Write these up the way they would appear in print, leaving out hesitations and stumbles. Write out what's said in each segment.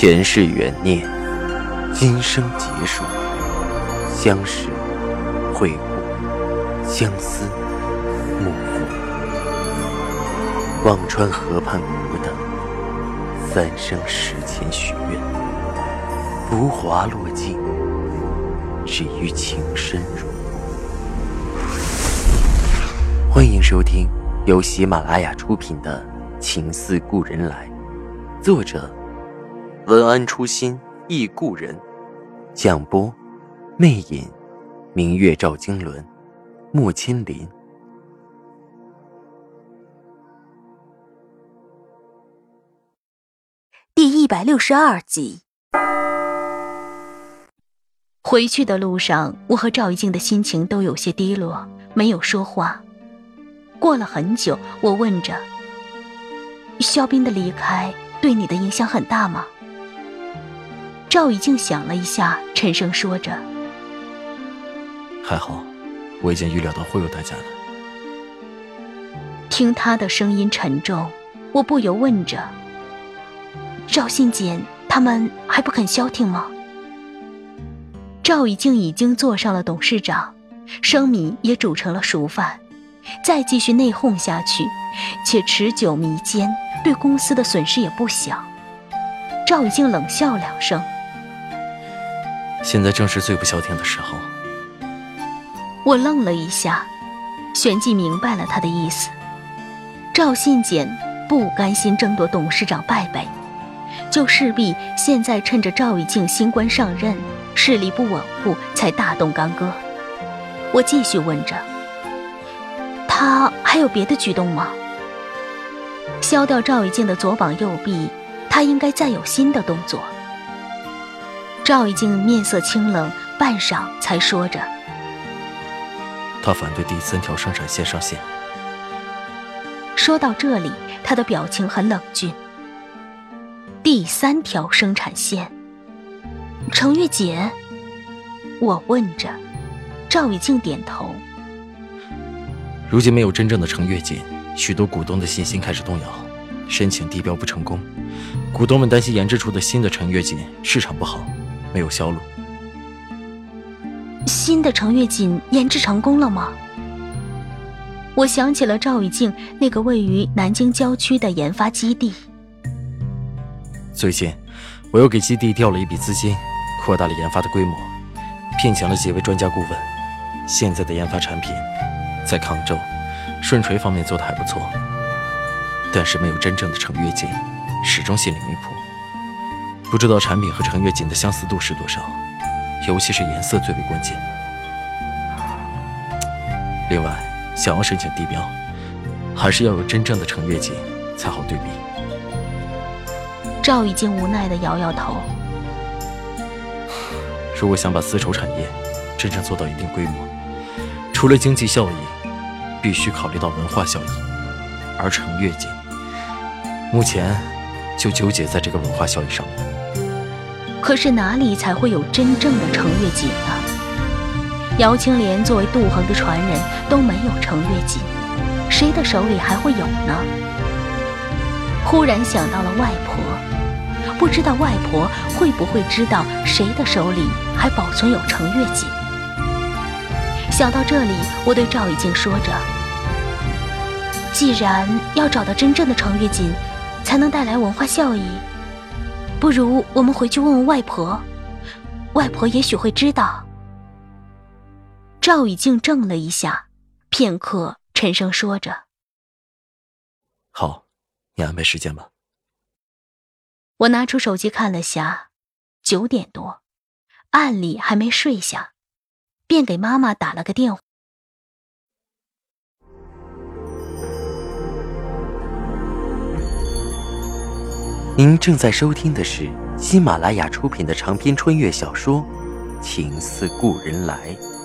前世缘孽，今生结束，相识会故，相思幕复。忘川河畔苦等，三生石前许愿，浮华落尽，只余情深入。欢迎收听由喜马拉雅出品的《情似故人来》，作者文安初心忆故人，蒋播魅影，明月照经纶，木千林。 第162集。回去的路上，我和赵一静的心情都有些低落，没有说话。过了很久，我问着：肖斌的离开对你的影响很大吗？赵一静想了一下，沉声说着： 还好，我已经预料到会有代价了。 听他的声音沉重，我不由问着：赵信简他们还不肯消停吗？赵一静已经做上了董事长，生米也煮成了熟饭，再继续内讧下去，且持久弥坚，对公司的损失也不小。赵一静冷笑两声： 现在正是最不消停的时候。 我愣了一下，旋即明白了他的意思。赵信简不甘心争夺董事长败北，就势必现在趁着赵一静新官上任，势力不稳固，才大动干戈。我继续问着：他还有别的举动吗？削掉赵一静的左膀右臂，他应该再有新的动作。赵一静面色清冷，半晌才说着： 他反对第3条生产线上线。 说到这里，他的表情很冷峻。第3条生产线，程月锦？我问着。赵一静点头。 如今没有真正的程月锦，许多股东的信心开始动摇，申请地标不成功，股东们担心研制出的新的程月锦市场不好，没有销路。 新的程月锦研制成功了吗？我想起了赵一静那个位于南京郊区的研发基地。 最近我又给基地调了一笔资金，扩大了研发的规模，聘请了几位专家顾问。现在的研发产品在康州、顺垂方面做得还不错，但是没有真正的程月锦，始终心里没谱。不知道产品和程月锦的相似度是多少，尤其是颜色最为关键。另外，想要申请地标，还是要有真正的程月锦才好对比。 赵一静无奈地摇摇头。 如果想把丝绸产业真正做到一定规模，除了经济效益，必须考虑到文化效益，而程月锦目前就纠结在这个文化效益上面。 可是哪里才会有真正的程月锦呢？姚青莲作为杜衡的传人都没有程月锦，谁的手里还会有呢？忽然想到了外婆，不知道外婆会不会知道谁的手里还保存有程月锦。想到这里，我对赵一静说着：既然要找到真正的程月锦才能带来文化效益，不如我们回去问问外婆，外婆也许会知道。赵一静怔了一下，片刻沉声说着： 好，你安排时间吧。 我拿出手机看了下，9点多，按理还没睡下，便给妈妈打了个电话。 您正在收听的是喜马拉雅出品的长篇穿越小说《情似故人来》。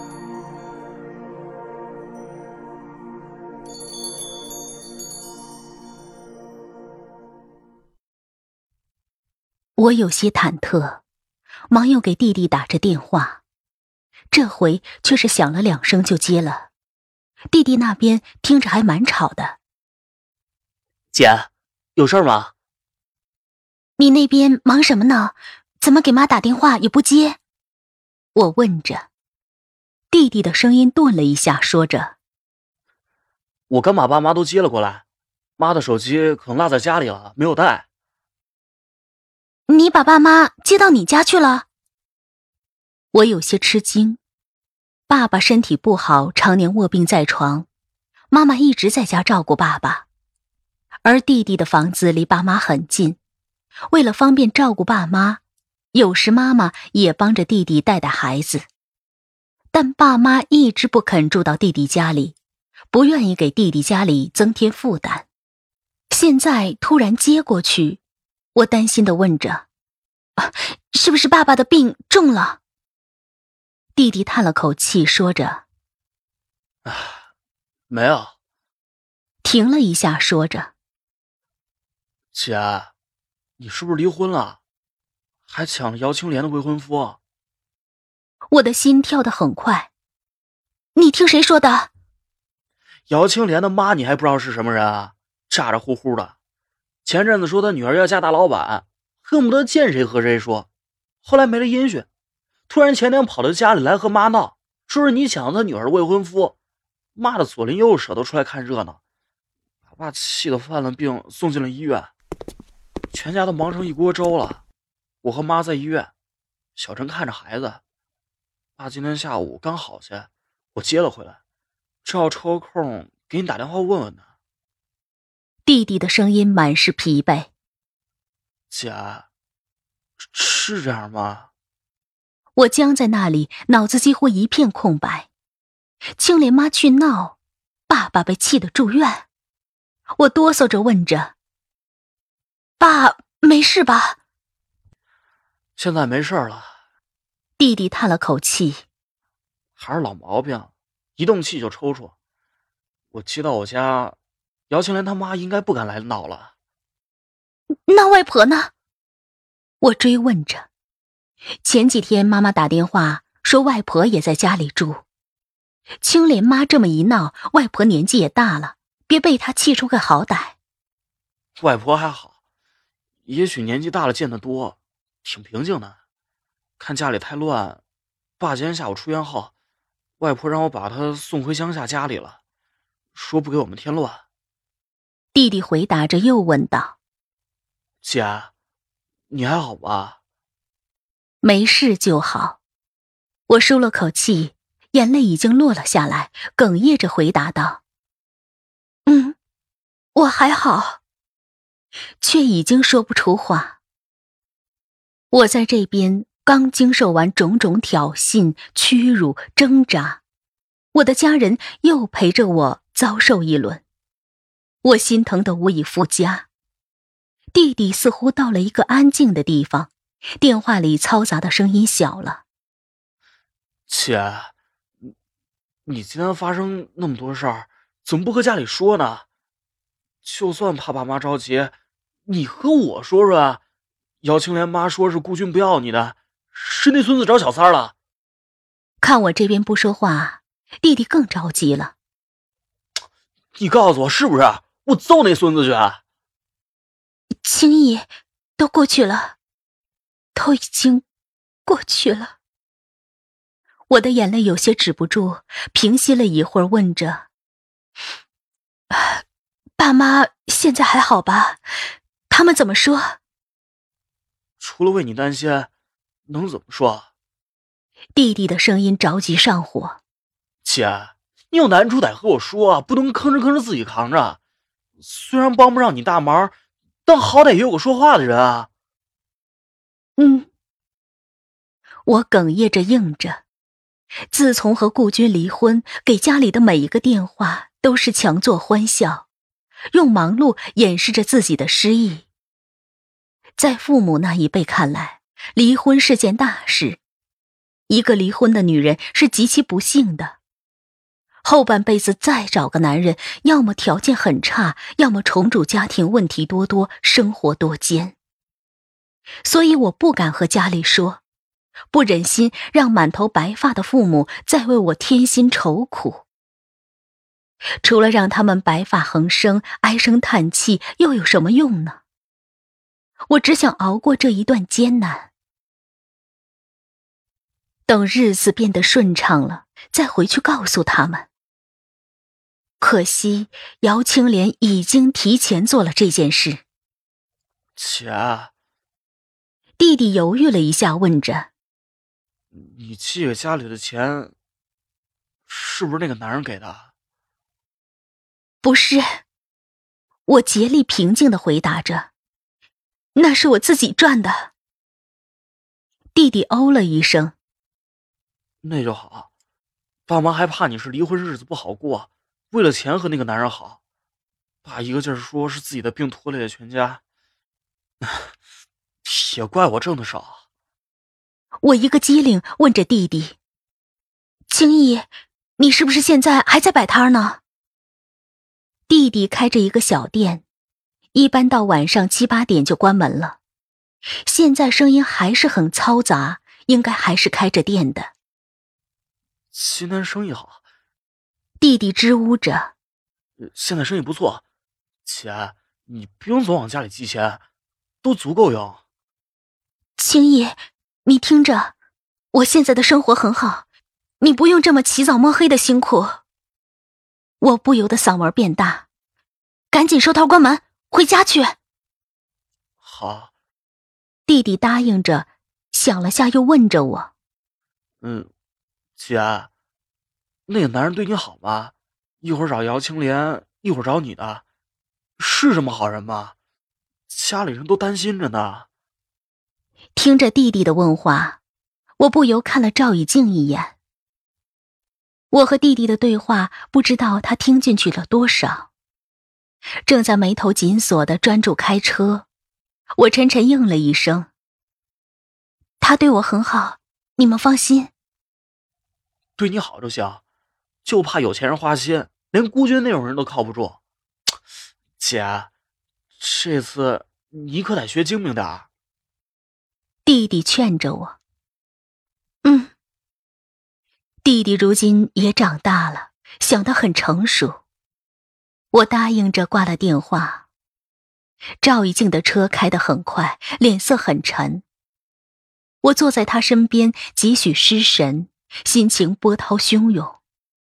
我有些忐忑，忙又给弟弟打着电话，这回却是响了2声就接了。弟弟那边听着还蛮吵的。 姐，有事吗？ 你那边忙什么呢？怎么给妈打电话也不接？我问着。弟弟的声音顿了一下，说着： 我刚把爸妈都接了过来，妈的手机可能落在家里了，没有带。 你把爸妈接到你家去了？我有些吃惊。爸爸身体不好，常年卧病在床，妈妈一直在家照顾爸爸。而弟弟的房子离爸妈很近，为了方便照顾爸妈，有时妈妈也帮着弟弟带带孩子。但爸妈一直不肯住到弟弟家里，不愿意给弟弟家里增添负担。现在突然接过去，我担心地问着：是不是爸爸的病重了？弟弟叹了口气，说着： 没有。 停了一下，说着： 姐，你是不是离婚了？还抢了姚青莲的未婚夫？ 我的心跳得很快。你听谁说的？ 姚青莲的妈你还不知道是什么人啊？咋咋呼呼的。前阵子说他女儿要嫁大老板，恨不得见谁和谁说，后来没了音讯，突然前天跑到家里来和妈闹，说是你抢了他女儿的未婚夫。妈的左邻右舍都出来看热闹，把爸气得犯了病，送进了医院，全家都忙成一锅粥了。我和妈在医院，小陈看着孩子。爸今天下午刚好些，我接了回来，正要抽空给你打电话问问呢。 弟弟的声音满是疲惫。 姐，是这样吗？ 我僵在那里，脑子几乎一片空白。青莲妈去闹，爸爸被气得住院。我哆嗦着问着：爸，没事吧？ 现在没事了。 弟弟叹了口气： 还是老毛病，一动气就抽搐。我接到我家，姚青莲他妈应该不敢来闹了。 那外婆呢？我追问着。前几天妈妈打电话说外婆也在家里住。青莲妈这么一闹，外婆年纪也大了，别被她气出个好歹。 外婆还好，也许年纪大了见得多，挺平静的。看家里太乱，爸今天下午出院后，外婆让我把他送回乡下家里了，说不给我们添乱。 弟弟回答着又问道： 姐，你还好吧？ 没事就好。我舒了口气，眼泪已经落了下来，哽咽着回答道：我还好，却已经说不出话。我在这边刚经受完种种挑衅、屈辱、挣扎，我的家人又陪着我遭受一轮，我心疼得无以复加。弟弟似乎到了一个安静的地方，电话里嘈杂的声音小了。 姐，你今天发生那么多事儿，怎么不和家里说呢？就算怕爸妈着急，你和我说说啊。姚青莲妈说是顾军不要你的，是那孙子找小三了。 看我这边不说话，弟弟更着急了。 你告诉我是不是？我揍那孙子去！ 轻易都过去了，都已经过去了。我的眼泪有些止不住，平息了一会儿，问着：爸妈现在还好吧？他们怎么说？ 除了为你担心，能怎么说？ 弟弟的声音着急上火。 姐，你有难处得和我说啊，不能吭哧自己扛着。虽然帮不上你大忙，但好歹也有个说话的人啊。 我哽咽着应着。自从和顾军离婚，给家里的每一个电话都是强作欢笑，用忙碌掩饰着自己的失意。在父母那一辈看来，离婚是件大事，一个离婚的女人是极其不幸的，后半辈子再找个男人，要么条件很差，要么重组家庭问题多多，生活多艰。所以我不敢和家里说，不忍心让满头白发的父母再为我添辛愁苦。除了让他们白发横生，唉声叹气，又有什么用呢？ 我只想熬过这一段艰难，等日子变得顺畅了，再回去告诉他们。可惜姚青莲已经提前做了这件事。 姐， 弟弟犹豫了一下，问着： 你寄给家里的钱是不是那个男人给的？ 不是，我竭力平静地回答着，那是我自己赚的。弟弟哦了一声。 那就好，爸妈还怕你是离婚日子不好过，为了钱和那个男人好，爸一个劲儿说是自己的病拖累了全家，也怪我挣的少。 我一个机灵问着弟弟：青义，你是不是现在还在摆摊呢？弟弟开着一个小店，一般到晚上7、8点就关门了，现在声音还是很嘈杂，应该还是开着店的。 西南生意好， 弟弟支吾着。 现在生意不错，姐，你不用总往家里寄钱，都足够用。 青义，你听着，我现在的生活很好，你不用这么起早摸黑的辛苦。我不由得嗓门变大，赶紧收摊关门，回家去。 好。 弟弟答应着，想了下又问着我： 姐，那个男人对你好吗？一会儿找姚青莲，一会儿找你的，是这么好人吗？家里人都担心着呢。 听着弟弟的问话，我不由看了赵以静一眼。我和弟弟的对话，不知道他听进去了多少。正在眉头紧锁地专注开车，我沉沉应了一声：他对我很好，你们放心。 对你好就行，就怕有钱人花心，连孤军那种人都靠不住。姐，这次你可得学精明点儿。 弟弟劝着我。弟弟如今也长大了，想得很成熟。我答应着挂了电话。赵一静的车开得很快，脸色很沉。我坐在他身边，几许失神，心情波涛汹涌。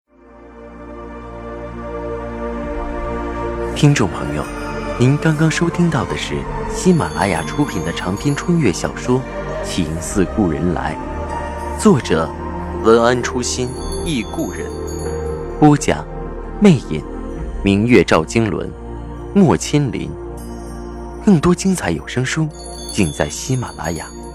听众朋友，您刚刚收听到的是喜马拉雅出品的长篇穿越小说《情似故人来》，作者文安初心忆故人，播讲魅影，明月照经纶，莫千林。更多精彩有声书尽在喜马拉雅。